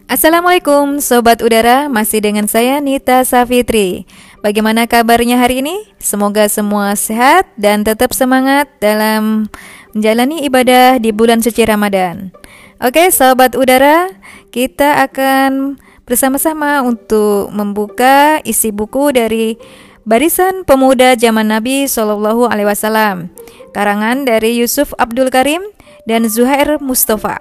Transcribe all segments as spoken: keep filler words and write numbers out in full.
Assalamualaikum Sobat Udara, masih dengan saya Nita Safitri. Bagaimana kabarnya hari ini? Semoga semua sehat dan tetap semangat dalam menjalani ibadah di bulan suci Ramadan. Oke Sobat Udara, kita akan bersama-sama untuk membuka isi buku dari Barisan Pemuda Zaman Nabi Shallallahu Alaihi Wasallam, karangan dari Yusuf Abdul Karim dan Zuhair Mustafa.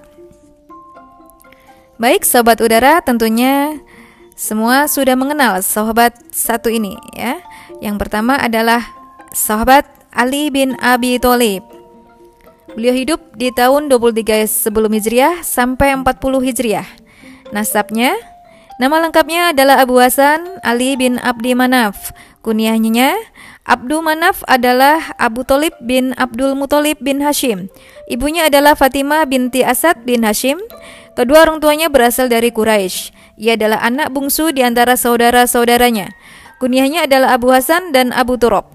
Baik Sobat Udara, tentunya semua sudah mengenal sahabat satu ini ya. Yang pertama adalah sahabat Ali bin Abi Thalib. Beliau hidup di tahun dua puluh tiga sebelum Hijriah sampai empat puluh Hijriah. Nasabnya, nama lengkapnya adalah Abu Hasan Ali bin Abdi Manaf. Kunyahnya Abdul Manaf adalah Abu Thalib bin Abdul Muthalib bin Hashim. Ibunya adalah Fatimah binti Asad bin Hashim. Kedua orang tuanya berasal dari Quraisy. Ia adalah anak bungsu di antara saudara-saudaranya. Kunyahnya adalah Abu Hasan dan Abu Turab.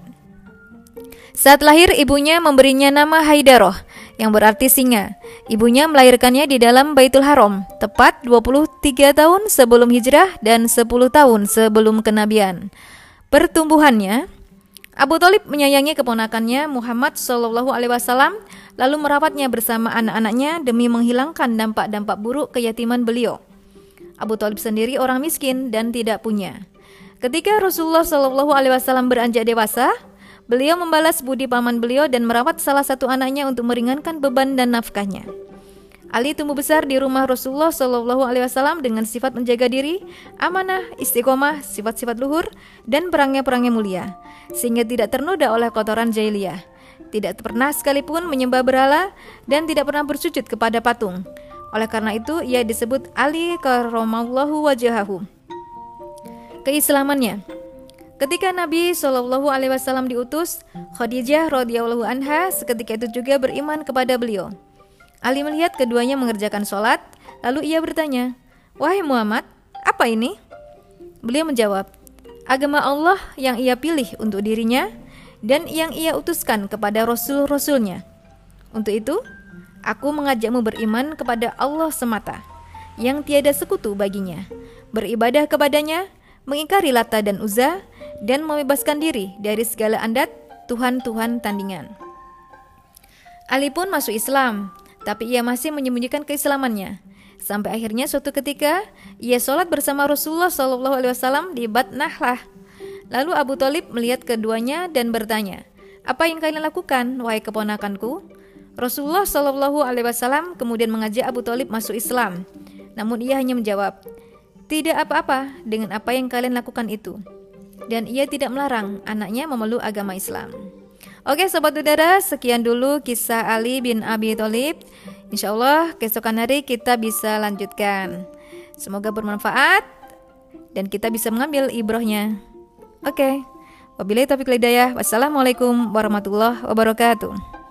Saat lahir, ibunya memberinya nama Haidaroh, yang berarti singa. Ibunya melahirkannya di dalam Baitul Haram, tepat dua puluh tiga tahun sebelum hijrah dan sepuluh tahun sebelum kenabian. Pertumbuhannya, Abu Thalib menyayangi keponakannya Muhammad Shallallahu Alaihi Wasallam, lalu merawatnya bersama anak-anaknya demi menghilangkan dampak-dampak buruk keyatiman beliau. Abu Thalib sendiri orang miskin dan tidak punya. Ketika Rasulullah Shallallahu Alaihi Wasallam beranjak dewasa, beliau membalas budi paman beliau dan merawat salah satu anaknya untuk meringankan beban dan nafkahnya. Ali tumbuh besar di rumah Rasulullah Shallallahu Alaihi Wasallam dengan sifat menjaga diri, amanah, istiqomah, sifat-sifat luhur, dan perangnya-perangnya mulia, sehingga tidak ternoda oleh kotoran jahiliyah. Tidak pernah sekalipun menyembah berhala dan tidak pernah bersujud kepada patung. Oleh karena itu, ia disebut Ali karramallahu wajahahu. Keislamannya. Ketika Nabi Shallallahu Alaihi Wasallam diutus, Khadijah radhiyallahu anha seketika itu juga beriman kepada beliau. Ali melihat keduanya mengerjakan sholat, lalu ia bertanya, "Wahai Muhammad, apa ini?" Beliau menjawab, "Agama Allah yang ia pilih untuk dirinya dan yang ia utuskan kepada Rasul-Rasulnya. Untuk itu, aku mengajakmu beriman kepada Allah semata, yang tiada sekutu baginya, beribadah kepadanya, mengingkari Lata dan Uzza, dan membebaskan diri dari segala andat Tuhan-Tuhan tandingan." Ali pun masuk Islam, tapi ia masih menyembunyikan keislamannya. Sampai akhirnya suatu ketika ia sholat bersama Rasulullah Shallallahu Alaihi Wasallam di Bat Nahlah. Lalu Abu Thalib melihat keduanya dan bertanya, "Apa yang kalian lakukan, wahai keponakanku?" Rasulullah Shallallahu Alaihi Wasallam kemudian mengajak Abu Thalib masuk Islam. Namun ia hanya menjawab, "Tidak apa-apa dengan apa yang kalian lakukan itu." Dan ia tidak melarang anaknya memeluk agama Islam. Oke Sobat Udara, sekian dulu kisah Ali bin Abi Thalib. Insya Allah keesokan hari kita bisa lanjutkan. Semoga bermanfaat dan kita bisa mengambil ibrohnya. Oke, wabillahi taufiq wal hidayah. Wassalamualaikum warahmatullahi wabarakatuh.